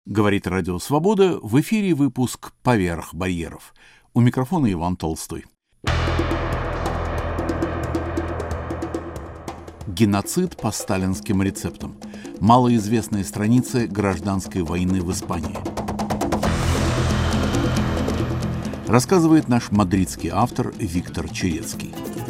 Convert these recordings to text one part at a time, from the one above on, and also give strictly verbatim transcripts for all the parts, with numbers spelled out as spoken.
Говорит Радио Свобода, в эфире выпуск «Поверх барьеров». У микрофона Иван Толстой. Геноцид по сталинским рецептам. Малоизвестные страницы гражданской войны в Испании. Рассказывает наш мадридский автор Виктор Черецкий.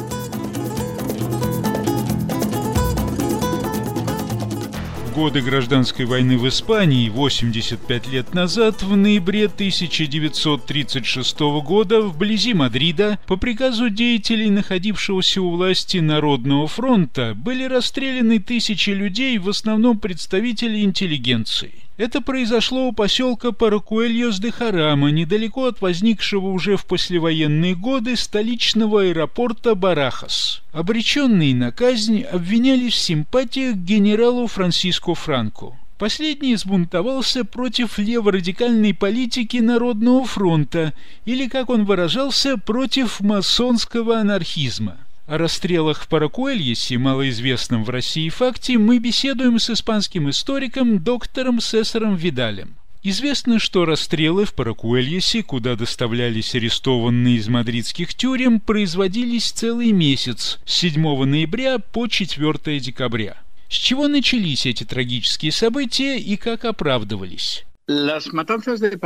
В годы гражданской войны в Испании восемьдесят пять лет назад, в ноябре тысяча девятьсот тридцать шестого года, вблизи Мадрида, по приказу деятелей, находившегося у власти Народного фронта, были расстреляны тысячи людей, в основном представителей интеллигенции. Это произошло у поселка Паракуэльос-де-Харама, недалеко от возникшего уже в послевоенные годы столичного аэропорта Барахас. Обреченные на казнь обвинялись в симпатиях к генералу Франсиско Франко. Последний взбунтовался против леворадикальной политики Народного фронта, или, как он выражался, против масонского анархизма. О расстрелах в Паракуэльосе, малоизвестном в России факте, мы беседуем с испанским историком доктором Сесаром Видалем. Известно, что расстрелы в Паракуэльосе, куда доставлялись арестованные из мадридских тюрем, производились целый месяц, с седьмого ноября по четвёртого декабря. С чего начались эти трагические события и как оправдывались? Расстрелы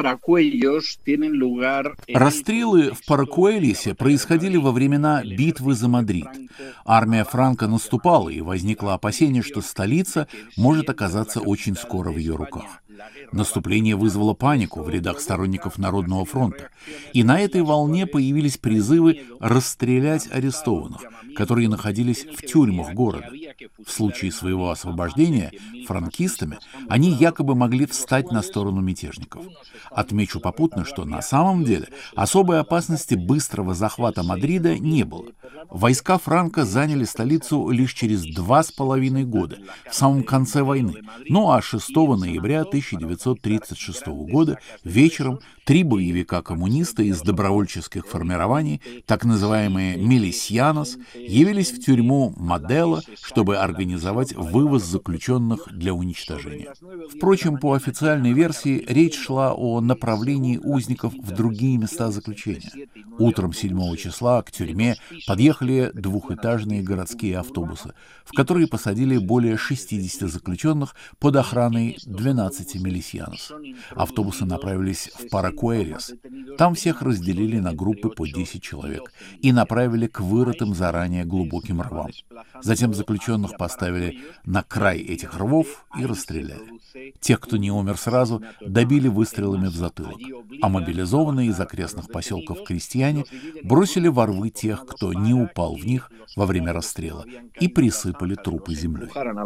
в Паракуэльосе происходили во времена битвы за Мадрид. Армия Франко наступала, и возникло опасение, что столица может оказаться очень скоро в ее руках. Наступление вызвало панику в рядах сторонников Народного фронта, и на этой волне появились призывы расстрелять арестованных, которые находились в тюрьмах города. В случае своего освобождения франкистами они якобы могли встать на сторону мятежников. Отмечу попутно, что на самом деле особой опасности быстрого захвата Мадрида не было. Войска Франко заняли столицу лишь через два с половиной года, в самом конце войны. Ну а шестого ноября тысяча девятьсот тридцать шестого года вечером три боевика-коммуниста из добровольческих формирований, так называемые «милисьянос», явились в тюрьму Модела, чтобы организовать вывоз заключенных для уничтожения. Впрочем, по официальной версии, речь шла о направлении узников в другие места заключения. Утром седьмого числа к тюрьме подъехали двухэтажные городские автобусы, в которые посадили более шестидесяти заключенных под охраной двенадцати милисьянос. Автобусы направились в Паракуэльос. Там всех разделили на группы по десять человек и направили к вырытым заранее глубоким рвам. Затем заключенных поставили на край этих рвов и расстреляли. Тех, кто не умер сразу, добили выстрелами в затылок, а мобилизованные из окрестных поселков крестьяне бросили во рвы тех, кто не упал в них во время расстрела, и присыпали трупы землей.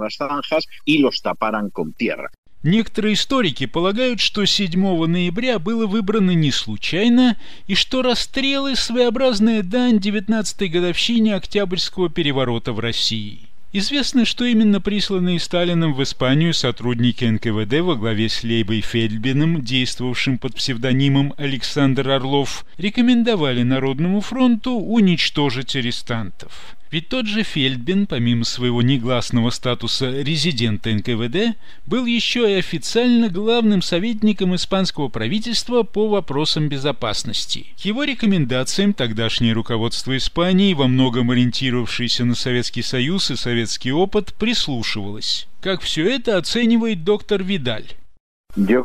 Некоторые историки полагают, что седьмого ноября было выбрано не случайно, и что расстрелы – своеобразная дань девятнадцатой годовщине Октябрьского переворота в России. Известно, что именно присланные Сталином в Испанию сотрудники эн ка вэ дэ во главе с Лейбой Фельдбеном, действовавшим под псевдонимом Александр Орлов, рекомендовали Народному фронту уничтожить арестантов. Ведь тот же Фельдбен, помимо своего негласного статуса резидента эн ка вэ дэ, был еще и официально главным советником испанского правительства по вопросам безопасности. К его рекомендациям тогдашнее руководство Испании, во многом ориентировавшееся на Советский Союз и советский опыт, прислушивалось. Как все это оценивает доктор Видаль? Я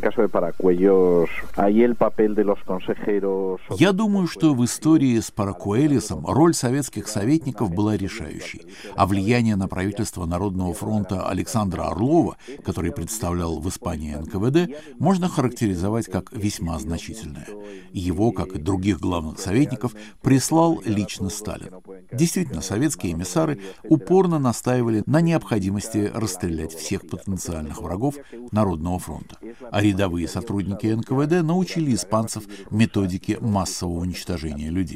думаю, что в истории с Паракуэльосом роль советских советников была решающей, а влияние на правительство Народного фронта Александра Орлова, который представлял в Испании эн ка вэ дэ, можно характеризовать как весьма значительное. Его, как и других главных советников, прислал лично Сталин. Действительно, советские эмиссары упорно настаивали на необходимости расстрелять всех потенциальных врагов Народного фронта. А рядовые сотрудники эн ка вэ дэ научили испанцев методике массового уничтожения людей.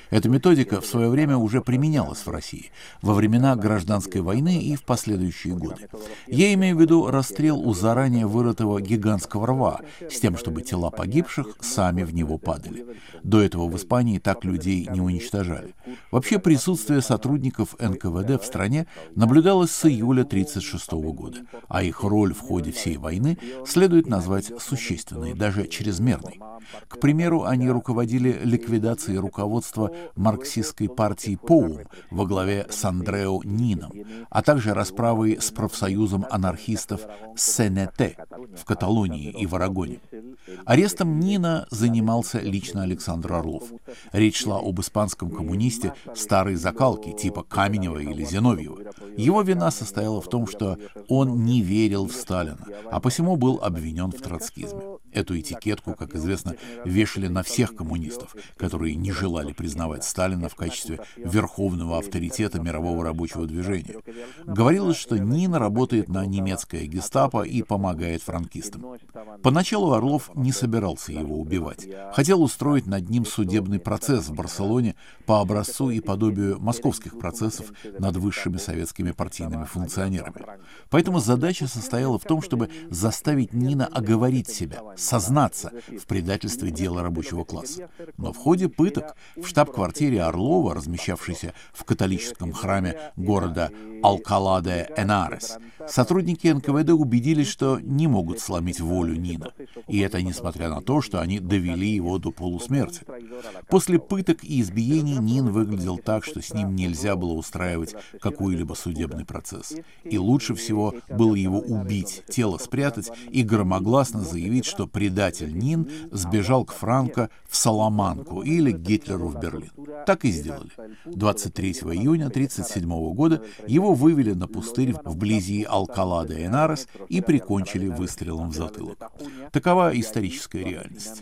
Эта методика в свое время уже применялась в России во времена гражданской войны и в последующие годы. Я имею в виду расстрел у заранее вырытого гигантского рва с тем, чтобы тела погибших сами в него падали. До этого в Испании так людей не уничтожали. Вообще присутствие сотрудников эн ка вэ дэ в стране наблюдалось с июля тысяча девятьсот тридцать шестого года, а их роль в ходе всей войны следует назвать существенной, даже чрезмерной. К примеру, они руководили ликвидацией руководства марксистской партии ПОУМ во главе с Андрео Нином, а также расправой с профсоюзом анархистов эс эн э тэ в Каталонии и в Арагоне. Арестом Нина занимался лично Александр Орлов. Речь шла об испанском коммунисте старой закалки, типа Каменева или Зиновьева. Его вина состояла в том, что он не верил в Сталина, а посему был обвинен в троцкизме. Эту этикетку, как известно, вешали на всех коммунистов, которые не желали признавать Сталина в качестве верховного авторитета мирового рабочего движения. Говорилось, что Нин работает на немецкое гестапо и помогает франкистам. Поначалу Орлов не собирался его убивать. Хотел устроить над ним судебный процесс в Барселоне по образцу и подобию московских процессов над высшими советскими партийными функционерами. Поэтому задача состояла в том, чтобы заставить Нина оговорить себя, сознаться в предательстве дела рабочего класса. Но в ходе пыток в штаб-квартире Орлова, размещавшейся в католическом храме города Алкала-де-Энарес, сотрудники эн ка вэ дэ убедились, что не могут сломить волю Нина. И это несмотря на то, что они довели его до полусмерти. После пыток и избиений Нин выглядел так, что с ним нельзя было устраивать какой-либо судебный процесс. И лучше всего было его убить, тело спрятать и громогласно заявить, что предатель Нин сбежал к Франко в Саламанку или к Гитлеру в Берлин. Так и сделали. двадцать третьего июня тысяча девятьсот тридцать седьмого года его вывели на пустырь вблизи Алкала-де-Энарес и прикончили выстрелом в затылок. Такова историческая реальность.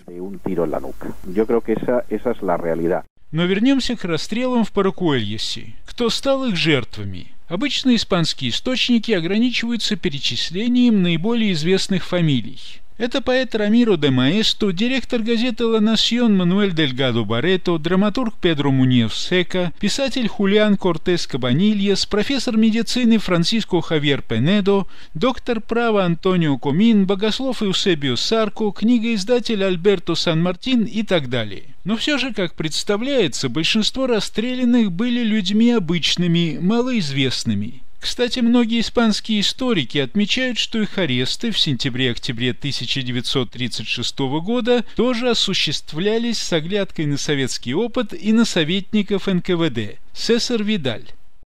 Но вернемся к расстрелам в Паракуэльесе. Кто стал их жертвами? Обычно испанские источники ограничиваются перечислением наиболее известных фамилий. Это поэт Рамиро де Маэсто, директор газеты «Ла Насьон» Мануэль Дельгадо Барето, драматург Педро Муньоз Сека, писатель Хулиан Кортес Кабанильяс, профессор медицины Франсиско Хавьер Пенедо, доктор права Антонио Комин, богослов Эусебио Сарко, книгоиздатель Альберто Сан-Мартин и так далее. Но все же, как представляется, большинство расстрелянных были людьми обычными, малоизвестными. Кстати, многие испанские историки отмечают, что их аресты в сентябре-октябре тысяча девятьсот тридцать шестого года тоже осуществлялись с оглядкой на советский опыт и на советников эн ка вэ дэ. Сесар Видаль.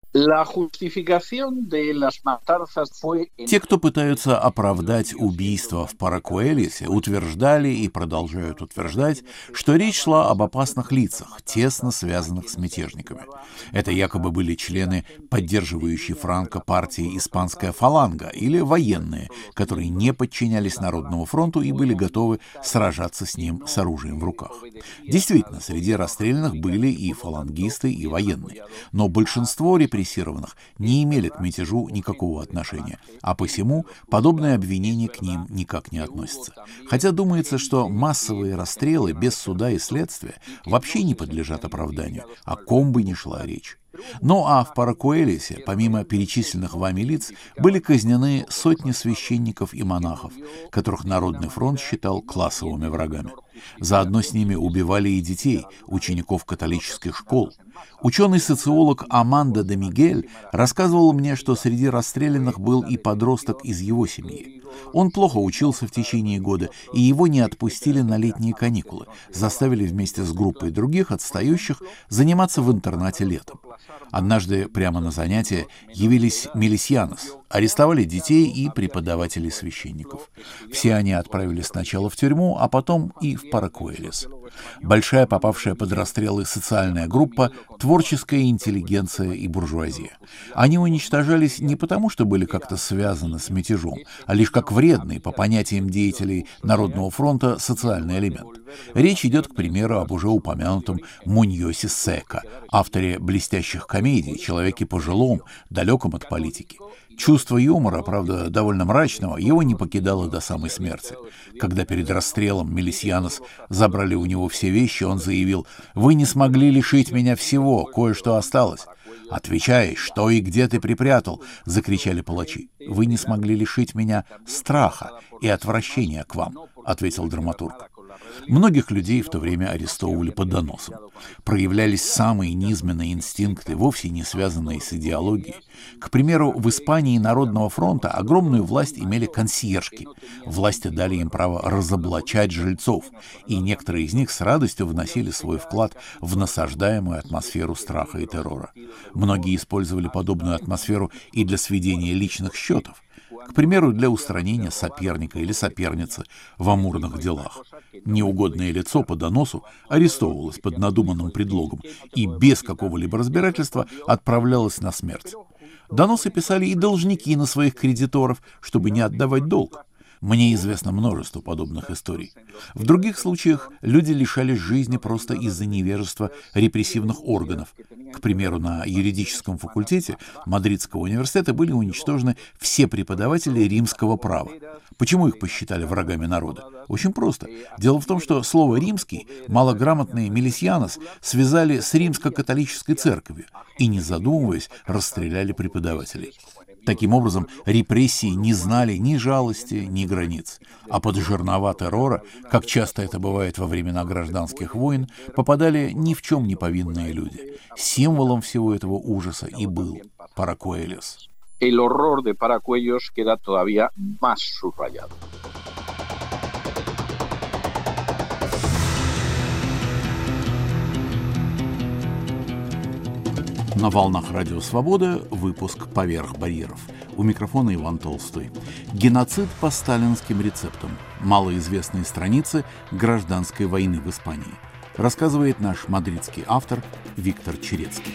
Те, кто пытаются оправдать убийство в Паракуэлесе, утверждали и продолжают утверждать, что речь шла об опасных лицах, тесно связанных с мятежниками. Это якобы были члены, поддерживающей Франко партии «Испанская фаланга» или военные, которые не подчинялись Народному фронту и были готовы сражаться с ним с оружием в руках. Действительно, среди расстрелянных были и фалангисты, и военные, но большинство репрессированных не имели к мятежу никакого отношения, а посему подобное обвинение к ним никак не относится. Хотя думается, что массовые расстрелы без суда и следствия вообще не подлежат оправданию, о ком бы ни шла речь. Ну а в Паракуэлесе, помимо перечисленных вами лиц, были казнены сотни священников и монахов, которых Народный фронт считал классовыми врагами. Заодно с ними убивали и детей, учеников католических школ. Ученый-социолог Амандо де Мигель рассказывал мне, что среди расстрелянных был и подросток из его семьи. Он плохо учился в течение года, и его не отпустили на летние каникулы, заставили вместе с группой других отстающих заниматься в интернате летом. Однажды прямо на занятия явились милисьянос, арестовали детей и преподавателей священников. Все они отправились сначала в тюрьму, а потом и в Паракуэлес. Большая попавшая под расстрелы социальная группа – творческая интеллигенция и буржуазия. Они уничтожались не потому, что были как-то связаны с мятежом, а лишь как вредный, по понятиям деятелей Народного фронта, социальный элемент. Речь идет, к примеру, об уже упомянутом Муньосе Сека, авторе блестящих комедий, человеке пожилом, далеком от политики. Чувство юмора, правда, довольно мрачного, его не покидало до самой смерти. Когда перед расстрелом Мелисьянос забрали у него все вещи, он заявил: «Вы не смогли лишить меня всего, кое-что осталось». «Отвечай, что и где ты припрятал?» — закричали палачи. «Вы не смогли лишить меня страха и отвращения к вам», — ответил драматург. Многих людей в то время арестовывали по доносам. Проявлялись самые низменные инстинкты, вовсе не связанные с идеологией. К примеру, в Испании Народного фронта огромную власть имели консьержки. Власти дали им право разоблачать жильцов, и некоторые из них с радостью вносили свой вклад в насаждаемую атмосферу страха и террора. Многие использовали подобную атмосферу и для сведения личных счетов. К примеру, для устранения соперника или соперницы в амурных делах. Неугодное лицо по доносу арестовывалось под надуманным предлогом и без какого-либо разбирательства отправлялось на смерть. Доносы писали и должники на своих кредиторов, чтобы не отдавать долг. Мне известно множество подобных историй. В других случаях люди лишались жизни просто из-за невежества репрессивных органов. К примеру, на юридическом факультете Мадридского университета были уничтожены все преподаватели римского права. Почему их посчитали врагами народа? Очень просто. Дело в том, что слово «римский» малограмотные Мелисьянос связали с римско-католической церковью и, не задумываясь, расстреляли преподавателей. Таким образом, репрессии не знали ни жалости, ни границ. А под жернова террора, как часто это бывает во времена гражданских войн, попадали ни в чем не повинные люди. Символом всего этого ужаса и был Паракуэльос. El horror de Paracuellos queda todavía más subrayado. На волнах Радио Свобода выпуск «Поверх барьеров». У микрофона Иван Толстой. Геноцид по сталинским рецептам. Малоизвестные страницы гражданской войны в Испании. Рассказывает наш мадридский автор Виктор Черецкий.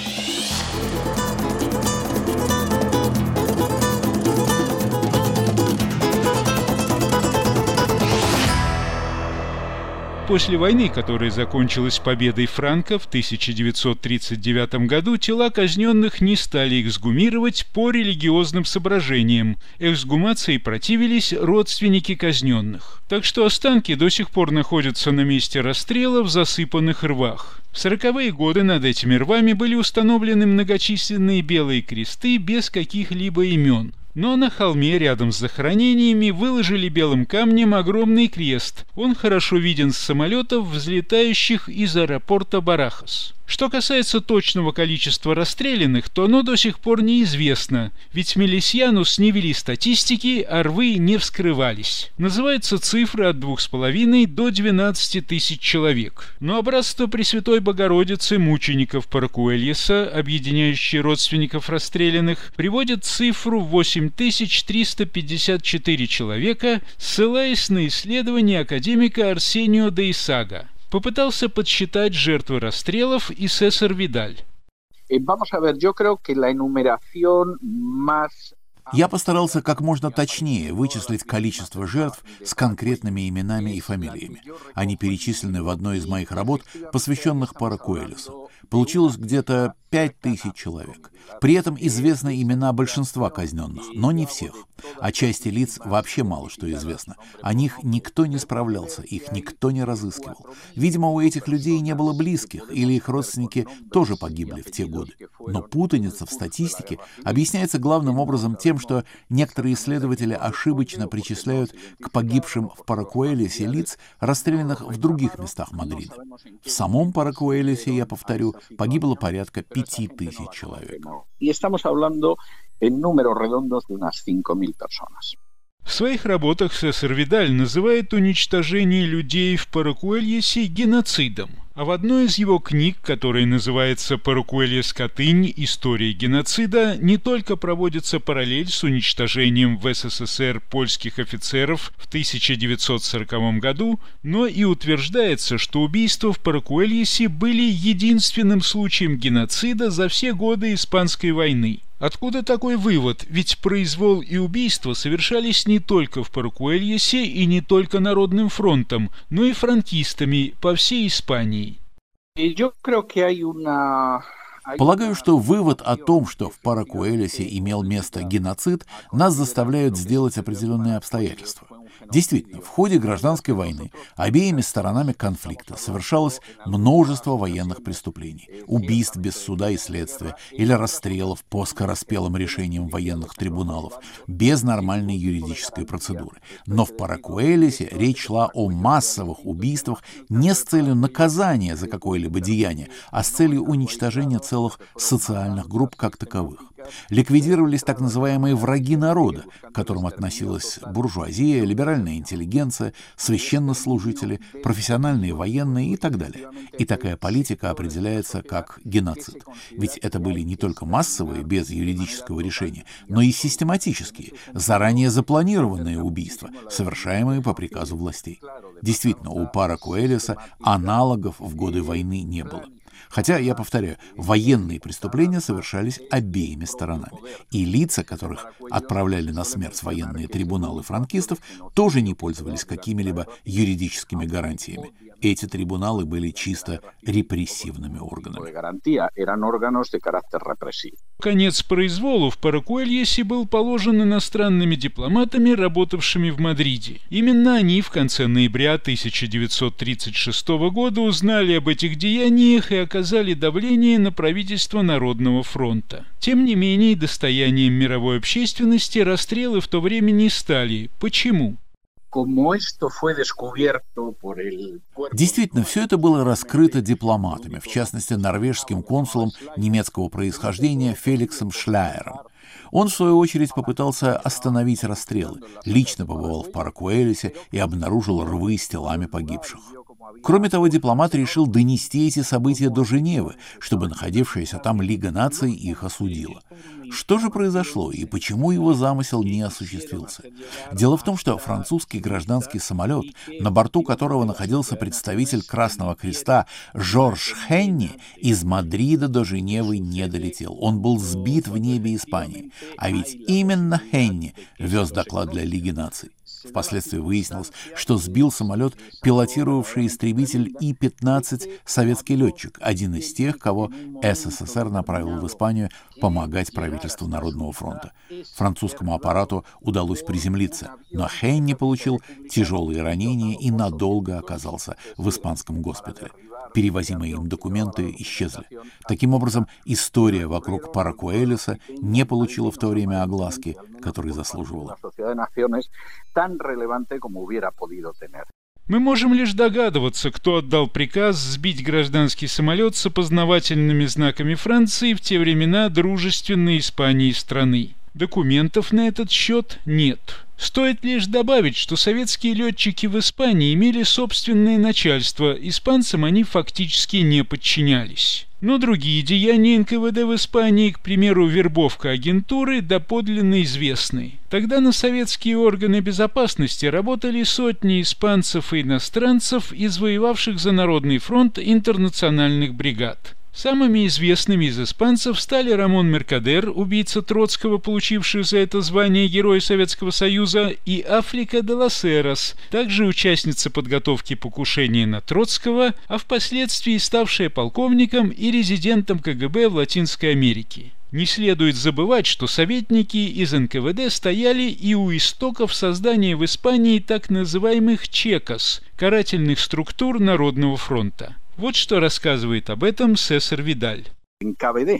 После войны, которая закончилась победой Франко в тысяча девятьсот тридцать девятом году, тела казненных не стали эксгумировать по религиозным соображениям. Эксгумации противились родственники казненных. Так что останки до сих пор находятся на месте расстрела в засыпанных рвах. В сороковые годы над этими рвами были установлены многочисленные белые кресты без каких-либо имен. Но на холме рядом с захоронениями выложили белым камнем огромный крест. Он хорошо виден с самолетов, взлетающих из аэропорта Барахас. Что касается точного количества расстрелянных, то оно до сих пор неизвестно, ведь Мелисьянос не вели статистики, а рвы не вскрывались. Называются цифры от двух с половиной до двенадцати тысяч человек. Но Братство Пресвятой Богородицы мучеников Паракуэльоса, объединяющие родственников расстрелянных, приводит цифру в восемь тысяч триста пятьдесят четыре человека, ссылаясь на исследования академика Арсенио де Исага. Попытался подсчитать жертвы расстрелов и Сесар Видаль. Я постарался как можно точнее вычислить количество жертв с конкретными именами и фамилиями. Они перечислены в одной из моих работ, посвященных Паракуэльосу. Получилось где-то пять тысяч человек. При этом известны имена большинства казненных, но не всех. О части лиц вообще мало что известно. О них никто не справлялся, их никто не разыскивал. Видимо, у этих людей не было близких, или их родственники тоже погибли в те годы. Но путаница в статистике объясняется главным образом тем, что некоторые исследователи ошибочно причисляют к погибшим в Паракуэльосе лиц, расстрелянных в других местах Мадрида. В самом Паракуэльосе, я повторю, погибло порядка пяти тысяч человек. В своих работах Сесар Видаль называет уничтожение людей в Паракуэльосе геноцидом. А в одной из его книг, которая называется «Паракуэльос Катынь. История геноцида», не только проводится параллель с уничтожением в СССР польских офицеров в тысяча девятьсот сороковом году, но и утверждается, что убийства в Паракуэльосе были единственным случаем геноцида за все годы Испанской войны. Откуда такой вывод? Ведь произвол и убийства совершались не только в Паракуэльосе и не только Народным фронтом, но и франкистами по всей Испании. Yo creo que hay una Полагаю, что вывод о том, что в Паракуэлисе имел место геноцид, нас заставляют сделать определенные обстоятельства. Действительно, в ходе гражданской войны обеими сторонами конфликта совершалось множество военных преступлений, убийств без суда и следствия или расстрелов по скороспелым решениям военных трибуналов, без нормальной юридической процедуры. Но в Паракуэлисе речь шла о массовых убийствах не с целью наказания за какое-либо деяние, а с целью уничтожения целых социальных групп как таковых. Ликвидировались так называемые враги народа, к которым относилась буржуазия, либеральная интеллигенция, священнослужители, профессиональные военные и так далее. И такая политика определяется как геноцид. Ведь это были не только массовые, без юридического решения, но и систематические, заранее запланированные убийства, совершаемые по приказу властей. Действительно, у Паракуэлиса аналогов в годы войны не было. Хотя, я повторяю, военные преступления совершались обеими сторонами. И лица, которых отправляли на смерть военные трибуналы франкистов, тоже не пользовались какими-либо юридическими гарантиями. Эти трибуналы были чисто репрессивными органами. Конец произволу в Паракуэлисе был положен иностранными дипломатами, работавшими в Мадриде. Именно они в конце ноября тысяча девятьсот тридцать шестого года узнали об этих деяниях и оказали давление на правительство Народного фронта. Тем не менее, достоянием мировой общественности расстрелы в то время не стали. Почему? Действительно, все это было раскрыто дипломатами, в частности, норвежским консулом немецкого происхождения Феликсом Шляером. Он, в свою очередь, попытался остановить расстрелы, лично побывал в Паракуэлисе и обнаружил рвы с телами погибших. Кроме того, дипломат решил донести эти события до Женевы, чтобы находившаяся там Лига наций их осудила. Что же произошло и почему его замысел не осуществился? Дело в том, что французский гражданский самолет, на борту которого находился представитель Красного Креста Жорж Хенни, из Мадрида до Женевы не долетел. Он был сбит в небе Испании. А ведь именно Хенни вез доклад для Лиги наций. Впоследствии выяснилось, что сбил самолет пилотировавший истребитель И пятнадцать советский летчик, один из тех, кого СССР направил в Испанию помогать правительству Народного фронта. Французскому аппарату удалось приземлиться, но Хенни получил тяжелые ранения и надолго оказался в испанском госпитале. Перевозимые им документы исчезли. Таким образом, история вокруг Паракуэлиса не получила в то время огласки, которой заслуживала. Мы можем лишь догадываться, кто отдал приказ сбить гражданский самолет с опознавательными знаками Франции в те времена дружественной Испании страны. Документов на этот счет нет. Стоит лишь добавить, что советские летчики в Испании имели собственное начальство, испанцам они фактически не подчинялись. Но другие деяния эн ка вэ дэ в Испании, к примеру, вербовка агентуры, доподлинно известны. Тогда на советские органы безопасности работали сотни испанцев и иностранцев, извоевавших за Народный фронт интернациональных бригад. Самыми известными из испанцев стали Рамон Меркадер, убийца Троцкого, получивший за это звание Героя Советского Союза, и Африка де лас Эрас, также участница подготовки покушения на Троцкого, а впоследствии ставшая полковником и резидентом ка гэ бэ в Латинской Америке. Не следует забывать, что советники из эн ка вэ дэ стояли и у истоков создания в Испании так называемых чекос – карательных структур Народного фронта. Вот что рассказывает об этом Сесар Видаль. эн ка вэ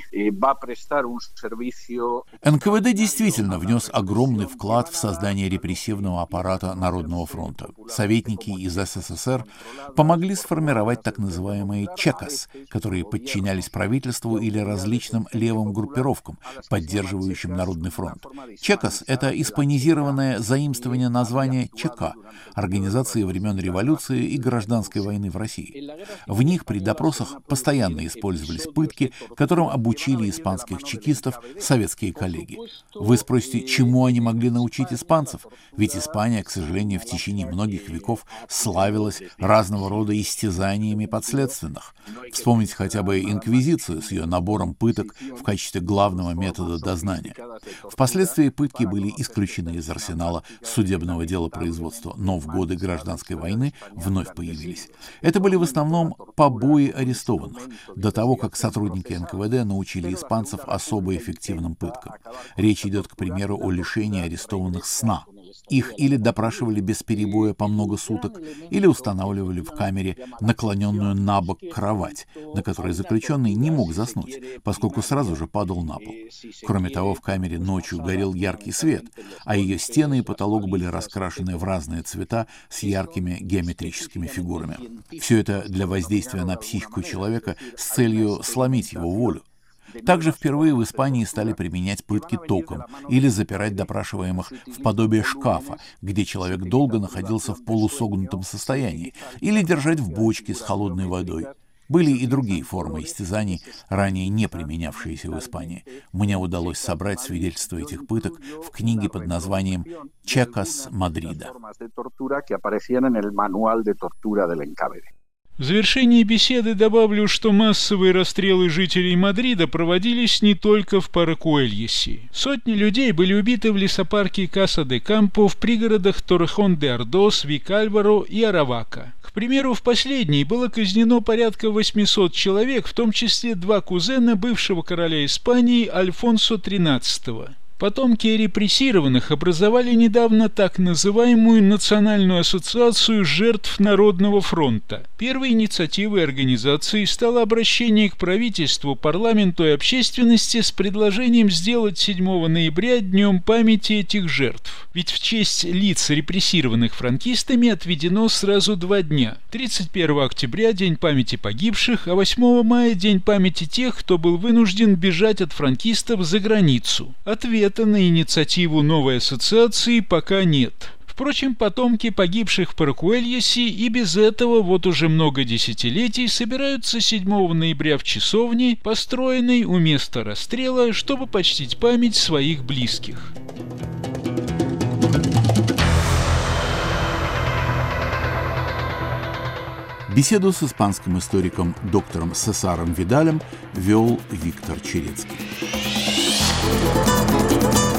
дэ действительно внес огромный вклад в создание репрессивного аппарата Народного фронта. Советники из эс эс эс эр помогли сформировать так называемые чекос, которые подчинялись правительству или различным левым группировкам, поддерживающим Народный фронт. Чекос — это испанизированное заимствование названия ЧК — организации времен революции и гражданской войны в России. В них при допросах постоянно использовались пытки, которым обучили испанских чекистов советские коллеги. Вы спросите, чему они могли научить испанцев? Ведь Испания, к сожалению, в течение многих веков славилась разного рода истязаниями подследственных. Вспомните хотя бы инквизицию с ее набором пыток в качестве главного метода дознания. Впоследствии пытки были исключены из арсенала судебного делопроизводства, но в годы гражданской войны вновь появились. Это были в основном побои арестованных. До того, как сотрудники эн эн ка вэ дэ научили испанцев особо эффективным пыткам. Речь идет, к примеру, о лишении арестованных сна. Их или допрашивали без перебоя по много суток, или устанавливали в камере наклоненную на бок кровать, на которой заключенный не мог заснуть, поскольку сразу же падал на пол. Кроме того, в камере ночью горел яркий свет, а ее стены и потолок были раскрашены в разные цвета с яркими геометрическими фигурами. Все это для воздействия на психику человека с целью сломить его волю. Также впервые в Испании стали применять пытки током или запирать допрашиваемых в подобие шкафа, где человек долго находился в полусогнутом состоянии, или держать в бочке с холодной водой. Были и другие формы истязаний, ранее не применявшиеся в Испании. Мне удалось собрать свидетельства этих пыток в книге под названием «Чекас Мадрида». В завершении беседы добавлю, что массовые расстрелы жителей Мадрида проводились не только в Паракуэльесе. Сотни людей были убиты в лесопарке Каса-де-Кампо в пригородах Торрехон-де-Ардос, Викальваро и Аравака. К примеру, в последней было казнено порядка восьмисот человек, в том числе два кузена бывшего короля Испании Альфонсо тринадцатого. Потомки репрессированных образовали недавно так называемую Национальную ассоциацию жертв Народного фронта. Первой инициативой организации стало обращение к правительству, парламенту и общественности с предложением сделать седьмого ноября днем памяти этих жертв. Ведь в честь лиц, репрессированных франкистами, отведено сразу два дня. тридцать первого октября – День памяти погибших, а восьмого мая – День памяти тех, кто был вынужден бежать от франкистов за границу. Ответ на инициативу новой ассоциации пока нет. Впрочем, потомки погибших в Паракуэльесе и без этого вот уже много десятилетий собираются седьмого ноября в часовне, построенной у места расстрела, чтобы почтить память своих близких. Беседу с испанским историком доктором Сесаром Видалем вел Виктор Черецкий. Thank you.